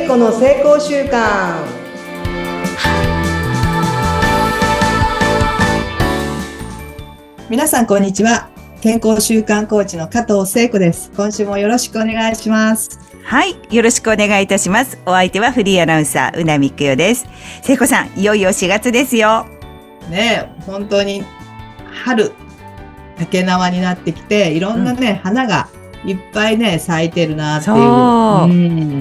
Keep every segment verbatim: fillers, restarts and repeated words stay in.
子の成功習慣。皆さんこんにちは。健康習慣コーチの加藤聖子です。今週もよろしくお願いします。 はい、よろしくお願いいたします。お相手はフリーアナウンサーうなみくよです。聖子さん、いよいよしがつですよ。 ねえ、本当に春竹縄になってきて、いろんなね、うん、花がいっぱいね咲いてるなっていう。 そう、うん、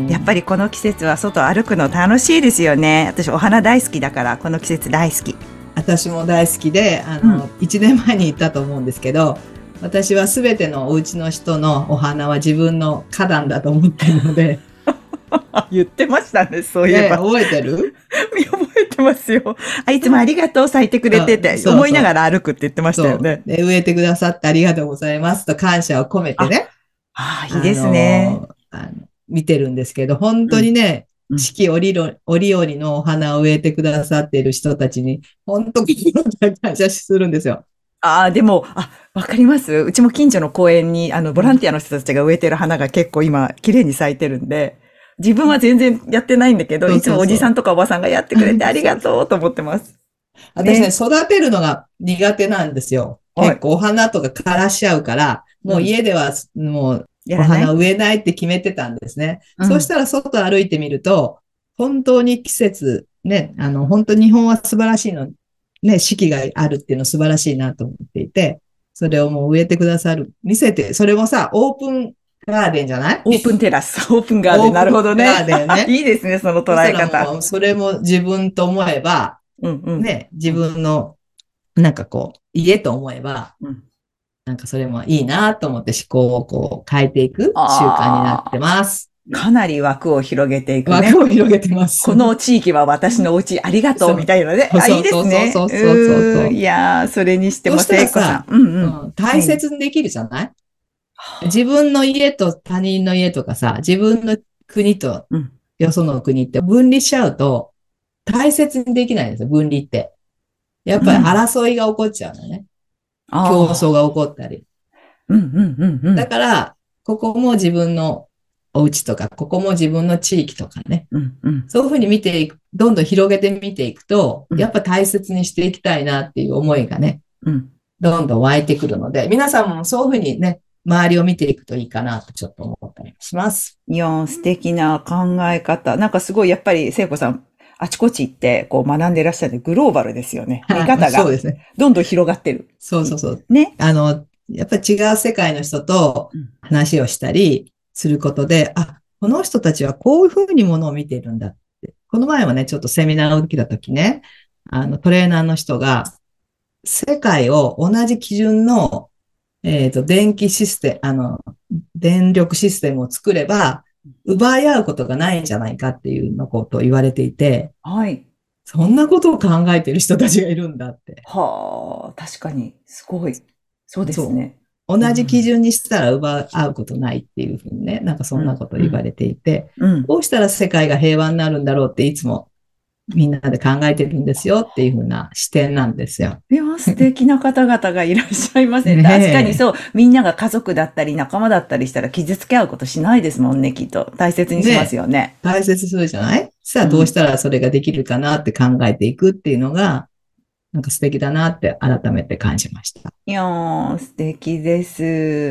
やっぱりこの季節は外歩くの楽しいですよね。私お花大好きだからこの季節大好き。 私も大好きで、あの、うん、いちねんまえに行ったと思うんですけど、私はすべてのお家の人のお花は自分の花壇だと思っているので。 言ってましたね、そういえば。 ね、覚えてる？ 覚えてますよ。あ、いつもありがとう、咲いてくれてて、思いながら歩くって言ってましたよね。 で、植えてくださってありがとうございますと感謝を込めてね。 ああ、いいですね。 あの、あの見てるんですけど、本当にね、うん、四季折々のお花を植えてくださっている人たちに、本当に感謝するんですよ。 ああ、でも、あ、わかります。うちも近所の公園に、あの、ボランティアの人たちが植えてる花が結構今、綺麗に咲いてるんで、自分は全然やってないんだけど、いつもおじさんとかおばさんがやってくれてありがとうと思ってます。 私ね、育てるのが苦手なんですよ。結構お花とか枯らしちゃうから、もう家ではもうお花を植えないって決めてたんですね。うん、そうしたら外歩いてみると、本当に季節、ね、あの、本当日本は素晴らしいの。ね、四季があるっていうの素晴らしいなと思っていて、それをもう植えてくださる。見せて、それもさ、オープンガーデンじゃない？ オープンテラス、オープンガーデン。なるほどね。 ガーデンね。 いいですね、その捉え方。 そ, それも自分と思えば、うんうん、ね、自分の、なんかこう、家と思えば、うん、なんかそれもいいなと思って思考をこう変えていく習慣になってます。 かなり枠を広げていくね。 枠を広げてます。 この地域は私のお家ありがとうみたいなね。あ、いいですね。 そうそうそうそうそう。 いやー、それにしても聖子さん、 うんうん、 大切にできるじゃない、はい、自分の家と他人の家とかさ、自分の国とよその国って分離しちゃうと大切にできないんですよ、分離って。やっぱり争いが起こっちゃうのね。うん、競争が起こったり。 うんうんうんうん、 だから、ここも自分のお家とか、ここも自分の地域とかね。うんうん、そういうふうに見ていく、どんどん広げてみていくと、うん、やっぱ大切にしていきたいなっていう思いがね、うん、どんどん湧いてくるので、皆さんもそういうふうにね、周りを見ていくといいかなとちょっと思ったりします。 いやー、素敵な考え方。なんかすごいやっぱり聖子さん、あちこち行ってこう学んでいらっしゃるグローバルですよね。見方がどんどん広がってる。 そうですね。そうそうそう。ね。あの、やっぱり違う世界の人と話をしたりすることで、うん、あ、この人たちはこういうふうにものを見ているんだって。この前はね、ちょっとセミナーを受けたときね、あの、トレーナーの人が、世界を同じ基準の、えっと、電気システム、あの、電力システムを作れば、奪い合うことがないんじゃないかっていうのことを言われていて、 はい。 そんなことを考えている人たちがいるんだって。 はあ、確かに、すごい。そうですね。 同じ基準にしたら奪い合うことないっていうふうにね、なんかそんなことを言われていて、うんうん、どうしたら世界が平和になるんだろうっていつもみんなで考えてるんですよっていうふうな視点なんですよ。 いや、素敵な方々がいらっしゃいますね。確かにそう、みんなが家族だったり仲間だったりしたら傷つけ合うことしないですもんね、きっと。大切にしますよね。ね、 大切にするじゃない？さあどうしたらそれができるかなって考えていくっていうのが、なんか素敵だなって改めて感じました。 いやー、素敵です。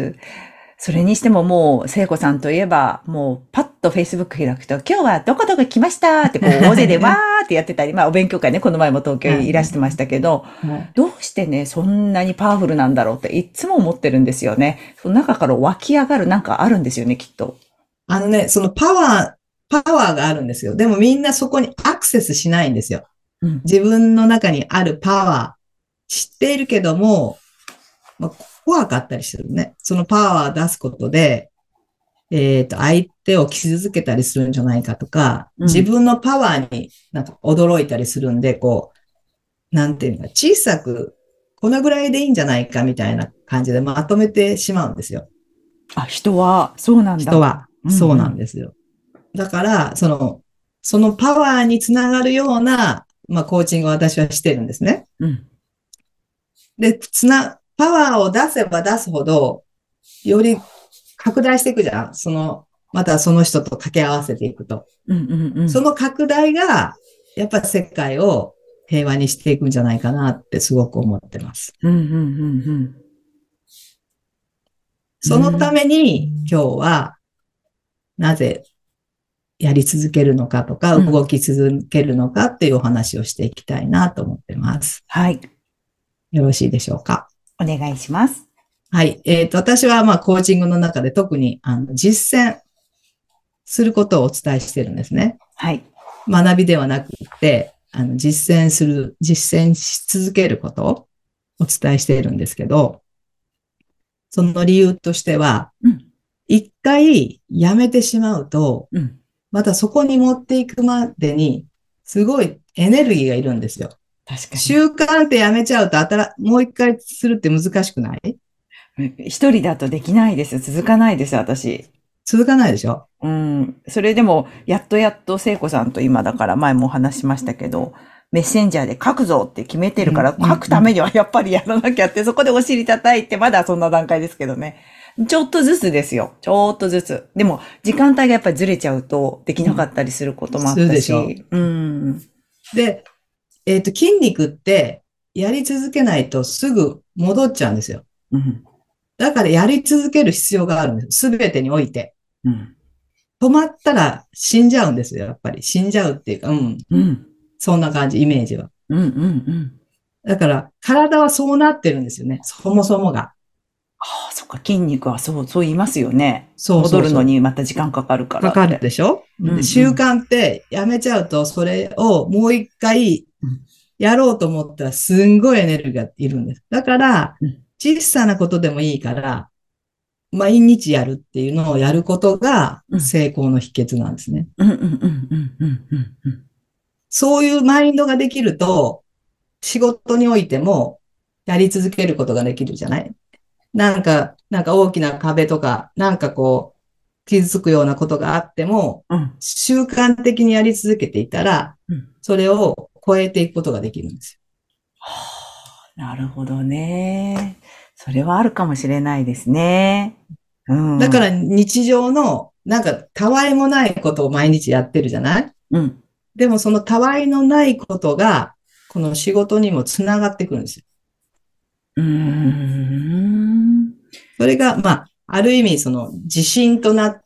それにしてももう、聖子さんといえば、もう、パッと Facebook 開くと、今日はどこどこ来ましたって、こう、大勢でわーってやってたり、まあ、お勉強会ね、この前も東京にいらしてましたけど、はい、どうしてね、そんなにパワフルなんだろうって、いつも思ってるんですよね。その中から湧き上がるなんかあるんですよね、きっと。 あのね、そのパワー、パワーがあるんですよ。でもみんなそこにアクセスしないんですよ。うん、自分の中にあるパワー、知っているけども、まあ、怖かったりするね。そのパワーを出すことで、えっと、相手を傷つけたりするんじゃないかとか、うん、自分のパワーになんか驚いたりするんで、こう、なんていうのか、小さく、このぐらいでいいんじゃないかみたいな感じでまとめてしまうんですよ。 あ、人は、そうなんだ。 人は、そうなんですよ。うんうん、だから、その、そのパワーにつながるような、まあ、コーチングを私はしてるんですね。うん、で、つな、パワーを出せば出すほど、より拡大していくじゃん。その、 またその人と掛け合わせていくと。 うんうんうん。 その拡大が、やっぱり世界を平和にしていくんじゃないかなってすごく思ってます。 うんうんうんうん。 そのために今日はなぜやり続けるのかとか、動き続けるのかっていうお話をしていきたいなと思ってます。 はい。 よろしいでしょうか。 お願いします。 はい。えっと、私はまあコーチングの中で特にあの実践することをお伝えしてるんですね。 はい。 学びではなくて、あの実践する、実践し続けることをお伝えしているんですけど、その理由としては、一、うん、回やめてしまうと、うん、またそこに持っていくまでに、すごいエネルギーがいるんですよ。 確かに。 習慣ってやめちゃうと、あたら、もう一回するって難しくない？ 一人だとできないです。続かないです、私。 続かないでしょ？ うん。それでも、やっとやっと聖子さんと今だから前もお話しましたけど、メッセンジャーで書くぞって決めてるから、書くためにはやっぱりやらなきゃって、そこでお尻叩いて、まだそんな段階ですけどね。ちょっとずつですよ。ちょっとずつ。でも、時間帯がやっぱりずれちゃうと、できなかったりすることもあったし。うん、 うん。で、えっと、筋肉って、やり続けないとすぐ戻っちゃうんですよ。うん、だからやり続ける必要があるんです。すべてにおいて。うん、止まったら死んじゃうんですよ、やっぱり。死んじゃうっていうか、うん。うん、そんな感じ、イメージは。うんうんうん、だから、体はそうなってるんですよね。そもそもが。 ああ、そっか、筋肉はそう、そう言いますよね。そうそうそう。戻るのにまた時間かかるからって。 かかるでしょ、うんうん、習慣ってやめちゃうと、それをもう一回やろうと思ったらすんごいエネルギーがいるんです。だから、小さなことでもいいから、毎日やるっていうのをやることが成功の秘訣なんですね。そういうマインドができると、仕事においてもやり続けることができるじゃない？なんか、なんか大きな壁とか、なんかこう、傷つくようなことがあっても、うん、習慣的にやり続けていたら、うん、それを超えていくことができるんですよ。 はあ、なるほどね。それはあるかもしれないですね。 うん、だから日常の、なんか、たわいもないことを毎日やってるじゃない？うん。でもそのたわいのないことが、この仕事にもつながってくるんですよ。うーん。それが、まあ、ある意味、その、自信となって、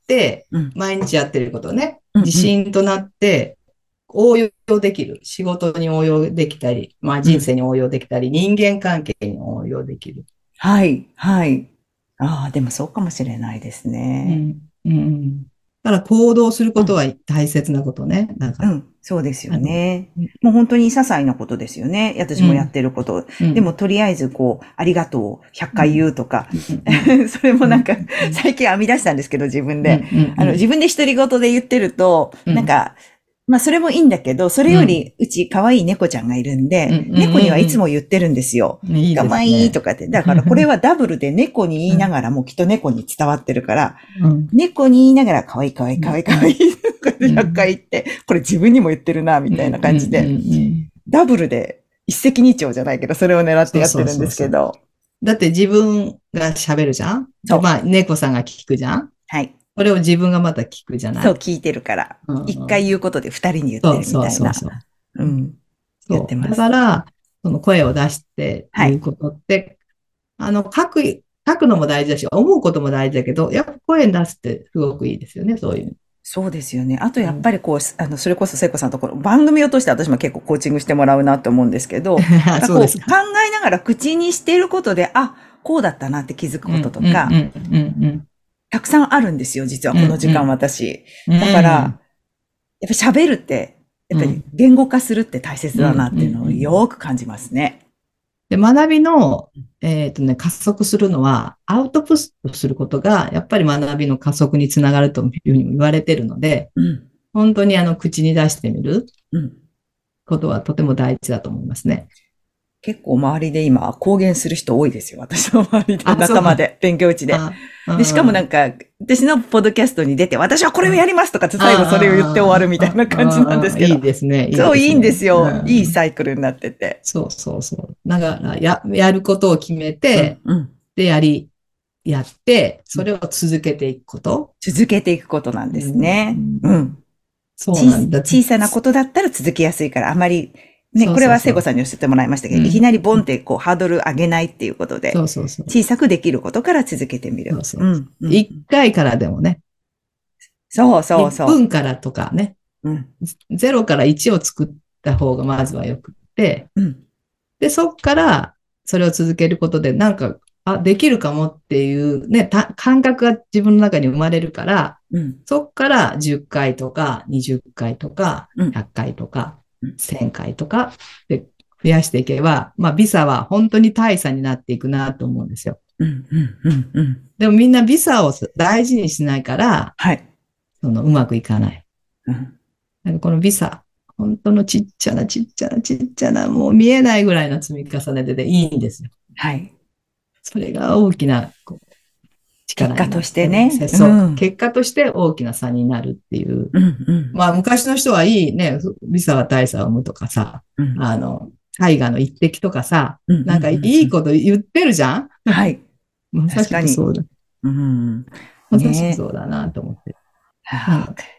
毎日やってることね、うん、自信となって、応用できる。仕事に応用できたり、まあ人生に応用できたり、うん、人間関係に応用できる。 はい、はい。ああ、でもそうかもしれないですね。 うん。うん。だから行動することは大切なことね。 なんかうん、そうですよね。もう本当に些細なことですよね。私もやってること。うん、でもとりあえずこう、ありがとうをひゃっかい言うとか、うん、それもなんか、最近編み出したんですけど、自分で。あの、自分で独り言で言ってると、なんか、まあそれもいいんだけど、それよりうち可愛い猫ちゃんがいるんで、うん、猫にはいつも言ってるんですよ。いいですね、可愛いとかって。だからこれはダブルで猫に言いながらもきっと猫に伝わってるから、うん、猫に言いながら可愛い可愛い可愛い可愛いとかでひゃっかい言って、これ自分にも言ってるな、みたいな感じで、ダブルで一石二鳥じゃないけど、それを狙ってやってるんですけど。そうそうそうそう、 だって自分が喋るじゃん？そう。まあ猫さんが聞くじゃん？はい。これを自分がまた聞くじゃない？ そう、聞いてるから。一、うんうん、回言うことで二人に言ってるみたいな。そうそうそうそう。うん。 やってます。だから、その声を出して言うことって、はい、あの、書く、書くのも大事だし、思うことも大事だけど、やっぱ声に出すってすごくいいですよね、そういう。 そうですよね。あとやっぱりこう、うん、あの、それこそ聖子さんのところ、番組を通して私も結構コーチングしてもらうなと思うんですけど、そうですか。考えながら口にしていることで、あ、こうだったなって気づくこととか、たくさんあるんですよ、実はこの時間、うんうん、私。だから、やっぱ喋るって、やっぱり言語化するって大切だなっていうのをよく感じますね。 で、学びの、えっとね、加速するのは、アウトプットすることが、やっぱり学びの加速につながるというふうにも言われているので、うん、本当にあの、口に出してみることはとても大事だと思いますね。 結構周りで今公言する人多いですよ。私の周りで、仲間で、勉強うちで。で、しかもなんか、私のポッドキャストに出て、私はこれをやりますとかって最後それを言って終わるみたいな感じなんですけど。 いいですね。いいそう、いいんですよ。いいサイクルになってて。 そうそうそう。だから、や、やることを決めて、うんうん、で、やりやって、それを続けていくこと。 続けていくことなんですね。 うん。 うん。 そうなんだ。 小さなことだったら続けやすいから、あまり、ね、 そうこれは聖そうそう。 子さんに教えてもらいましたけど、いきうん。 なりボンってこうハードル上げないっていうことで、 そうそうそう。 小さくできることから続けてみる。 そうそう。 うん。うん。 一回からでもね、 そうそう一そ分からとかね、 う。うん。 ゼロからいちを作った方がまずはよくって、 うん。 で、そっからそれを続けることで、なんか、あ、できるかもっていうね、た感覚が自分の中に生まれるから、 うん。 そっからじゅっかいとかにじゅっかいとかうん。 ひゃっかいとかうん。 せんかいとかで増やしていけば、まあビザは本当に大差になっていくなと思うんですよ。 うん。うん。うん。うん。 でもみんなビザを大事にしないから、 はい。 そのうまくいかない。 うん。 なんかこのビザ、本当のちっちゃなちっちゃなちっちゃな、もう見えないぐらいの積み重ねででいいんですよ。 はい。 それが大きなこう結果と力になって、 してね。うそう、 ん。 結果として大きな差になるっていう。 うん。うん。 まあ昔の人はいいね、ビザは大差を生むとかさ、 うん。 あの、絵画の一滴とかさ、 うん。うん。 なんかいいこと言ってるじゃん。 はい。 まさ確かに。 しくそうだ。 うん。 まさしくねそうだなと思って。なはあ、 ので、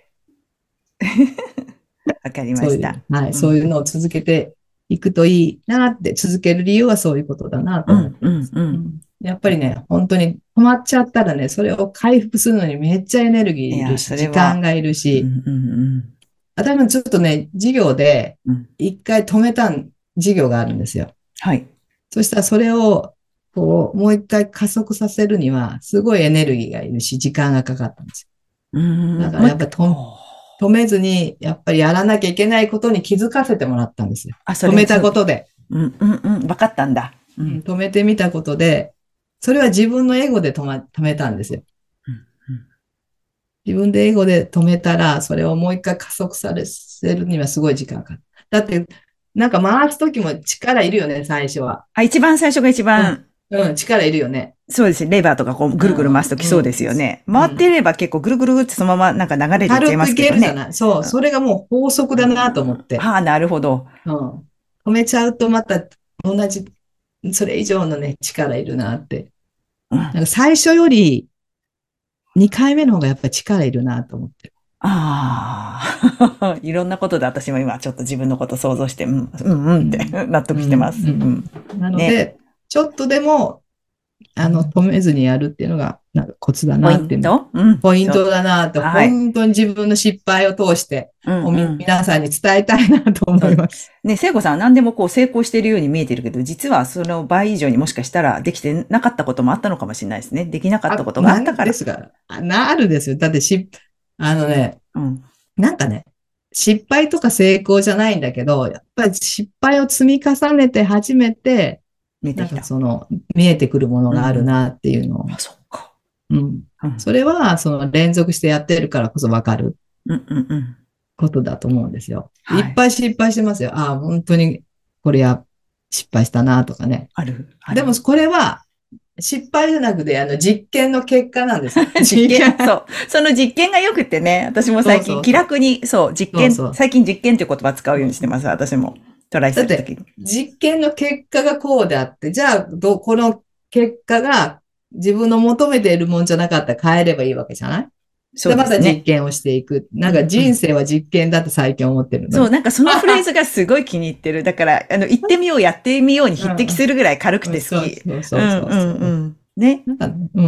わかりました。 そういう、はい、 うん。 そういうのを続けていくといいなって、続ける理由はそういうことだなと思っうん。うん。 てます。 うん。 うん、やっぱりね、本当に止まっちゃったらね、それを回復するのにめっちゃエネルギーいや、 いるし、 それは、 時間がいるうん。うし、 ん。 私もちょっとね、授業でうん。うん。 一回止めた授業があるんですよ。 はい。 そしたらそれを、こう、もう一回加速させるには、すごいエネルギーがいるし、時間がかかったんですうよ。だん。 からもう一回、 やっぱり止おー止めずに、やっぱりやらなきゃいけないことに気づかせてもらったんですよ。 あ、それ、 止めそう、 たことで。 うん。うん。うん。わかったんだ。うん。 うん、止めてみたことで、それは自分のエゴで止ま、止めたんですよ。 うん。 自分でエゴで止めたら、それをもう一回加速させるにはすごい時間がかかる。だって、なんか回すときも力いるよね、最初は。 あ、一番最初が一うん。 番、 うん、力いるよね。 そうですね。レバーとかこう、 うぐるぐる回すときそうでん、 すよね。 うん、うん。 回っていれば結構ぐるぐるってそのままなんか流れていっちゃいま軽くいすけどね。 けるじゃない。そう、 うん。 それがもう法則だなと思って。 ああ、なるほど。 うん。止めちゃうとまた同じ、それ以上のね、力いるなって。 うん。 なんか最初よりにかいめの方がやっぱり力いるなと思って。 ああ、いろんなことで私も今ちょっと自分のこと想像して、うん、うん、うんってうん。 納うん。 得してます。 うん。 うん。 なのね。 で、ちょっとでも、あの、止めずにやるっていうのが、なんかコツだポイなっていうの。 ントうん。 ポイントそう。 だなと、 はい。 本当に自分の失敗を通して、 うん、 おみ、 うん。 皆さんに伝えたいなと思そう。 います。 ね、聖子さんは何でもこう成功しているように見えてるけど、実はその倍以上にもしかしたらできてなかったこともあったのかもしれないですね。できなかったあ、 ことがあったなんから。 ですが、あなあるですよ。だってし、あのね、 うん。 なんかね、失敗とか成功じゃないんだけど、やっぱり失敗を積み重ねて初めて、なん見えてきた。 かその、見えてくるものがあるうん。 なっていうのあ、 を、 そっか。 うん。 うん。 それは、その連続してやってるからこそわかるうん、うん、うん。 ことだと思うんですよ。いはい。 っぱい失敗してますよ。ああ、本当にこれや、失敗したなとかね。 ある、あでもる。 これは失敗じゃなくて、あの実験の結果なんですよ。 実験、 実験。 そう。その実験が良くてね、私もそう最近気そうそう。 楽に、そう、実験、 そうそう。 最近実験っていう言葉使うようにしてうんます、私も。トライだって、 するときに。 実験の結果がこうであって、じゃあ、ど、この結果が自分の求めているもんじゃなかったら変えればいいわけじゃないそうで、またですね。 実験をしていく。なんかうん、うん。 人生は実験だって最近思ってるのそう、 ね。 なんかそのフレーズがすごい気に入ってる。だから、あの、行ってみよう、やってみように匹敵するぐらい軽くうん、 て好き。 そうそううん、 そうそううん、うそう。 ん。ね。 なんかね、うん。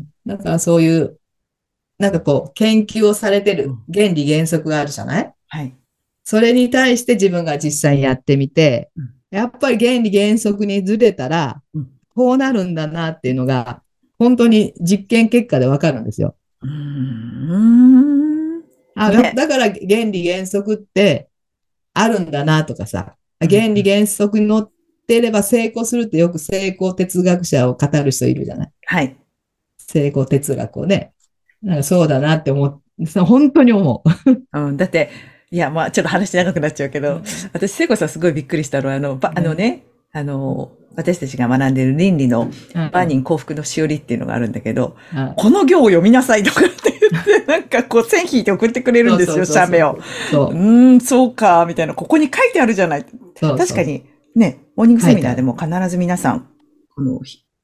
だからそういう、なんかこう、研究をされてるうん。 原理原則があるじゃないはい。 それに対して自分が実際にやってみて、 うん、 やっぱり原理原則にずれたら、 うん。 こうなるんだなっていうのが、本当に実験結果でわかるんですよ。 うーん。 あ、だ、 ね。 だから原理原則ってあるんだなとかさ、 うん、 原理原則に乗ってれば成功するってよく成功哲学者を語る人いるじゃないはい。 成功哲学をね。なんかそうだなって思う。本当に思うん、だって、いや、まあ、ちょっと話長くなっちゃうけう。うど、 ん私、聖子さんすごいびっくりしたのは、あの、ば、あのうんね、あの、私たちが学んでいる倫理のうん万人幸福のしおりっていうのがあるんだけど、 うんこの行を読みなさいとかって言って、なんかこう線引いて送ってくれるんですよ、 そうそうそう写メを。 そう。 うそうーん、そうか、みたいな。ここに書いてあるじゃない。 そうそう。 確かに、ね、モーニングセミナーで書いてある。 も必ず皆さん、この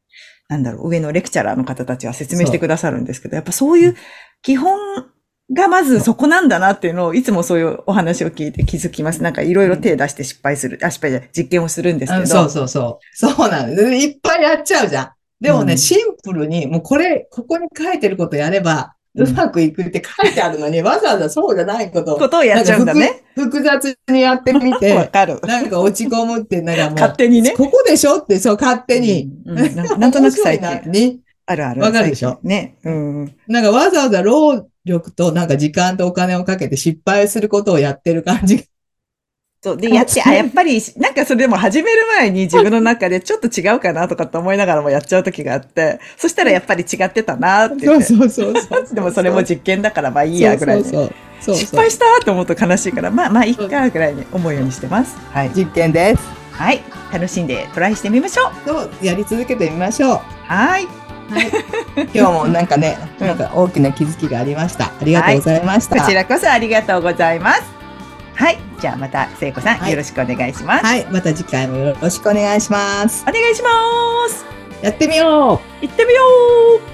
なんだろう、上のレクチャラーの方たちは説明してくださるんですけど、やっぱそういう基本がまずそこなんだなっていうのを、いつもそういうお話を聞いて気づきます。なんかいろいろ手出して失敗する、あ、失敗じゃない、実験をするんですけど。 そうそうそう。そうなんです。いっぱいやっちゃうじゃん。でもね、うん、シンプルに、もうこれ、ここに書いてることやれば、うまくいくって書いてあるのに、うん、わざわざそうじゃないことを。 ことをやっちゃうんだね。 複雑にやってみて。 わかる。 なんか落ち込むって、なんかもう。 勝手にね。 ここでしょって、そう、勝手に。 うんうん、なんなんとなく最近。 ね。 あるある。 わかるでしょね。うん。 なんかわざわざ労力となんか時間とお金をかけて失敗することをやってる感じ。 そう。で、やって、あ、やっぱり、なんかそれでも始める前に自分の中でちょっと違うかなとかって思いながらもやっちゃう時があって、そしたらやっぱり違ってたなって言って。 そうそうそうそう。 でもそれも実験だからまあいいやぐらいで。そうそうそう。失敗したと思うと悲しいから、まあまあいいかぐらいに思うようにしてます。 はい。実験です。 はい。楽しんでトライしてみましょう。 そう、やり続けてみましょう。 はい。 はい、今日もなんかね、なんか大きな気づきがありました。ありがとうございました。 はい、こちらこそありがとうございます。はい。じゃあまた、聖子さん、はい、よろしくお願いします。 はい。また次回もよろしくお願いします。 お願いします。 やってみよう。 行ってみよう。